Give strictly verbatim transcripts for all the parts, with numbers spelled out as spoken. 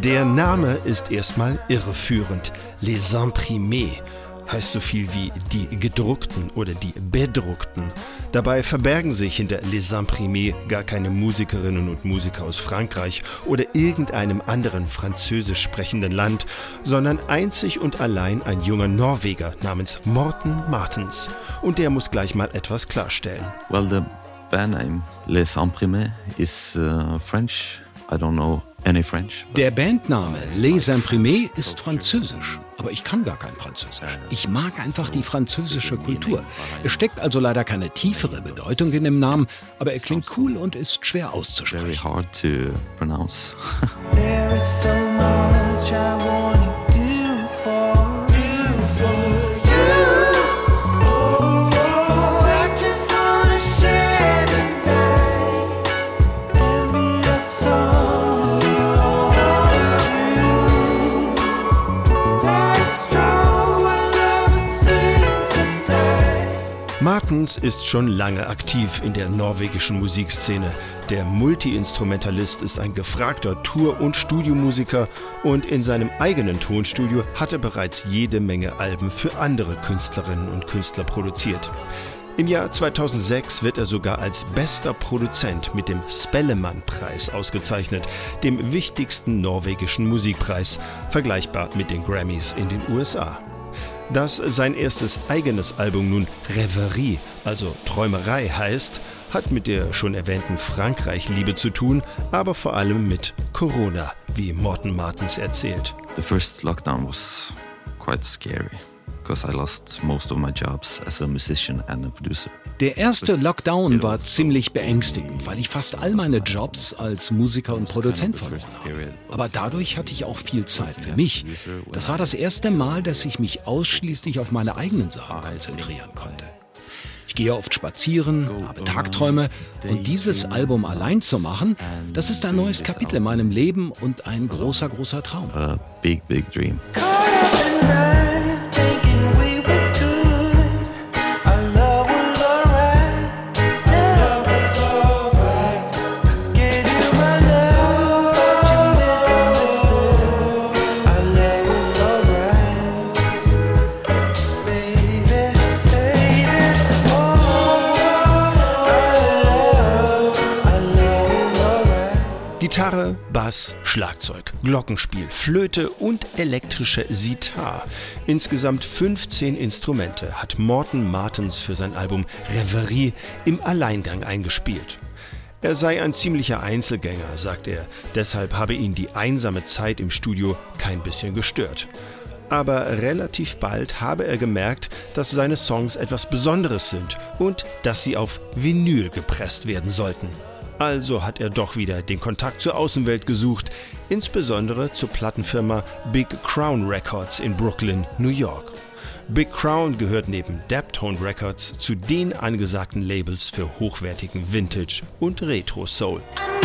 Der Name ist erstmal irreführend. Les Imprimés heißt so viel wie die Gedruckten oder die Bedruckten. Dabei verbergen sich hinter Les Imprimés gar keine Musikerinnen und Musiker aus Frankreich oder irgendeinem anderen französisch sprechenden Land, sondern einzig und allein ein junger Norweger namens Morten Martens. Und der muss gleich mal etwas klarstellen. Well, the band name Les Imprimés is uh, French. I don't know any French. Der Bandname Les Imprimés ist französisch, aber ich kann gar kein Französisch. Ich mag einfach die französische Kultur. Es steckt also leider keine tiefere Bedeutung in dem Namen, aber er klingt cool und ist schwer auszusprechen. Very hard to pronounce. There is so much I wanna do for do for you. Oh, I just wanna share tonight and be that song. Martens ist schon lange aktiv in der norwegischen Musikszene. Der Multi-Instrumentalist ist ein gefragter Tour- und Studiomusiker und in seinem eigenen Tonstudio hat er bereits jede Menge Alben für andere Künstlerinnen und Künstler produziert. Im Jahr zweitausendsechs wird er sogar als bester Produzent mit dem Spellemann-Preis ausgezeichnet, dem wichtigsten norwegischen Musikpreis, vergleichbar mit den Grammys in den U S A. Dass sein erstes eigenes Album nun Rêverie, also Träumerei heißt, hat mit der schon erwähnten Frankreich-Liebe zu tun, aber vor allem mit Corona, wie Morten Martens erzählt. The first lockdown was quite scary because I lost most of my jobs as a musician and a producer. Der erste Lockdown war ziemlich beängstigend, weil ich fast all meine Jobs als Musiker und Produzent verloren habe. Aber dadurch hatte ich auch viel Zeit für mich. Das war das erste Mal, dass ich mich ausschließlich auf meine eigenen Sachen konzentrieren konnte. Ich gehe oft spazieren, habe Tagträume und dieses Album allein zu machen, das ist ein neues Kapitel in meinem Leben und ein großer, großer Traum. A big, big dream. Gitarre, Bass, Schlagzeug, Glockenspiel, Flöte und elektrische Sitar. Insgesamt fünfzehn Instrumente hat Morten Martens für sein Album Rêverie im Alleingang eingespielt. Er sei ein ziemlicher Einzelgänger, sagt er, deshalb habe ihn die einsame Zeit im Studio kein bisschen gestört. Aber relativ bald habe er gemerkt, dass seine Songs etwas Besonderes sind und dass sie auf Vinyl gepresst werden sollten. Also hat er doch wieder den Kontakt zur Außenwelt gesucht, insbesondere zur Plattenfirma Big Crown Records in Brooklyn, New York. Big Crown gehört neben Daptone Records zu den angesagten Labels für hochwertigen Vintage- und Retro-Soul.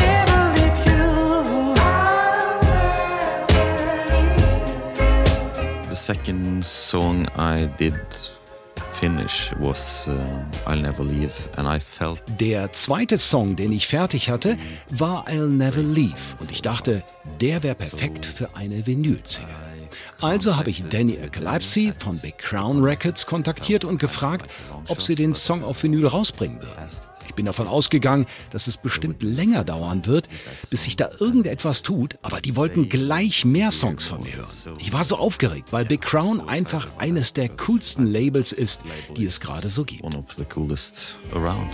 The second song I did finish was uh, I'll Never Leave and I felt. Der zweite Song, den ich fertig hatte, war I'll Never Leave und ich dachte, der wäre perfekt für eine Vinyl-Single. Also habe ich Danny Eclipse von Big Crown Records kontaktiert und gefragt, ob sie den Song auf Vinyl rausbringen würden. Ich bin davon ausgegangen, dass es bestimmt länger dauern wird, bis sich da irgendetwas tut, aber die wollten gleich mehr Songs von mir hören. Ich war so aufgeregt, weil Big Crown einfach eines der coolsten Labels ist, die es gerade so gibt. One of the coolest around.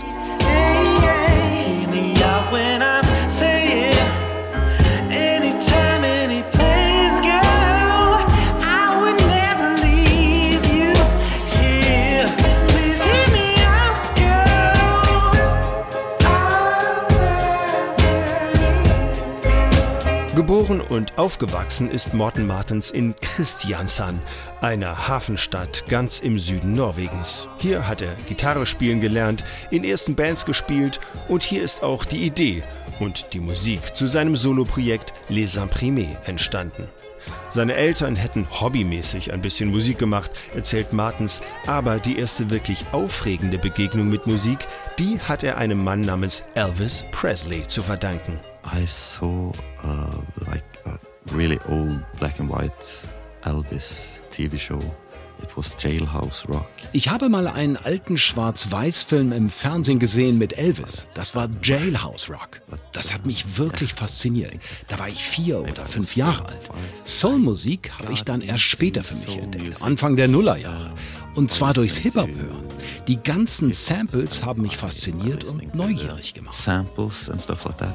Geboren und aufgewachsen ist Morten Martens in Kristiansand, einer Hafenstadt ganz im Süden Norwegens. Hier hat er Gitarre spielen gelernt, in ersten Bands gespielt und hier ist auch die Idee und die Musik zu seinem Soloprojekt Les Imprimés entstanden. Seine Eltern hätten hobbymäßig ein bisschen Musik gemacht, erzählt Martens, aber die erste wirklich aufregende Begegnung mit Musik, die hat er einem Mann namens Elvis Presley zu verdanken. I saw uh, like a really old black and white Elvis T V show. It was Jailhouse Rock. Ich habe mal einen alten Schwarz-Weiß-Film im Fernsehen gesehen mit Elvis. Das war Jailhouse Rock. Das hat mich wirklich fasziniert. Da war ich vier oder fünf Jahre alt. Soulmusik habe ich dann erst später für mich entdeckt, Anfang der Nullerjahre. Und zwar durchs Hip-Hop hören. Die ganzen Samples haben mich fasziniert und neugierig gemacht. Samples and stuff like that.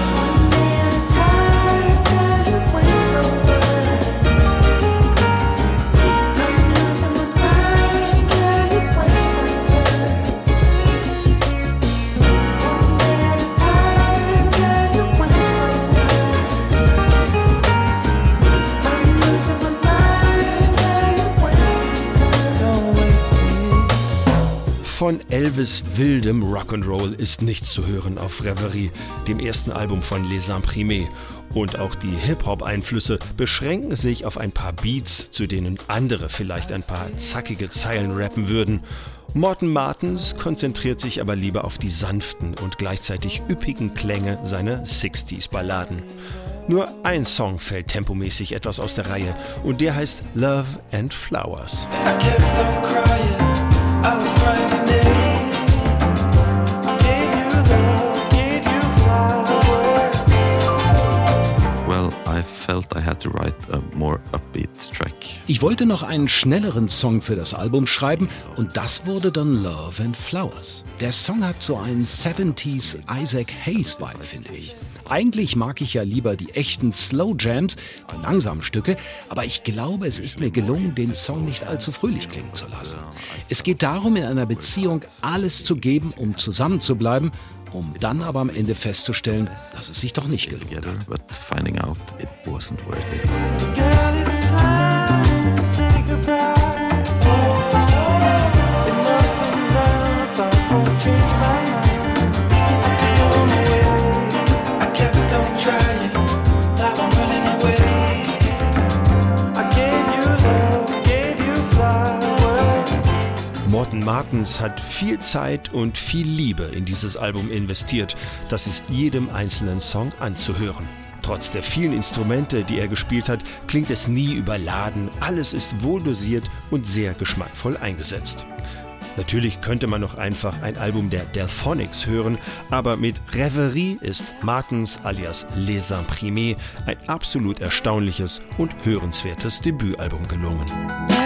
Von Elvis wildem Rock'n'Roll ist nichts zu hören auf Reverie, dem ersten Album von Les Imprimés. Und auch die Hip-Hop-Einflüsse beschränken sich auf ein paar Beats, zu denen andere vielleicht ein paar zackige Zeilen rappen würden. Morten Martens konzentriert sich aber lieber auf die sanften und gleichzeitig üppigen Klänge seiner sixties-Balladen. Nur ein Song fällt tempomäßig etwas aus der Reihe und der heißt Love and Flowers. I kept on crying. I was grinding it. I gave you love, gave you flowers. Well, I felt I had to write a more upbeat track. Ich wollte noch einen schnelleren Song für das Album schreiben und das wurde dann Love and Flowers. Der Song hat so einen siebziger Isaac Hayes Vibe, finde ich. Eigentlich mag ich ja lieber die echten Slow Jams, die langsamen Stücke, aber ich glaube, es ist mir gelungen, den Song nicht allzu fröhlich klingen zu lassen. Es geht darum, in einer Beziehung alles zu geben, um zusammen zu bleiben, um dann aber am Ende festzustellen, dass es sich doch nicht gelohnt hat. But finding out it wasn't worth it. Girl, it's time to say goodbye. Enough's enough, I won't change my mind. I'll be on the way. I kept on trying, now I'm running away. I gave you love, gave you flowers. Morten Martens hat viel Zeit und viel Liebe in dieses Album investiert. Das ist jedem einzelnen Song anzuhören. Trotz der vielen Instrumente, die er gespielt hat, klingt es nie überladen. Alles ist wohldosiert und sehr geschmackvoll eingesetzt. Natürlich könnte man noch einfach ein Album der Delphonics hören, aber mit Reverie ist Martens alias Les Imprimés ein absolut erstaunliches und hörenswertes Debütalbum gelungen.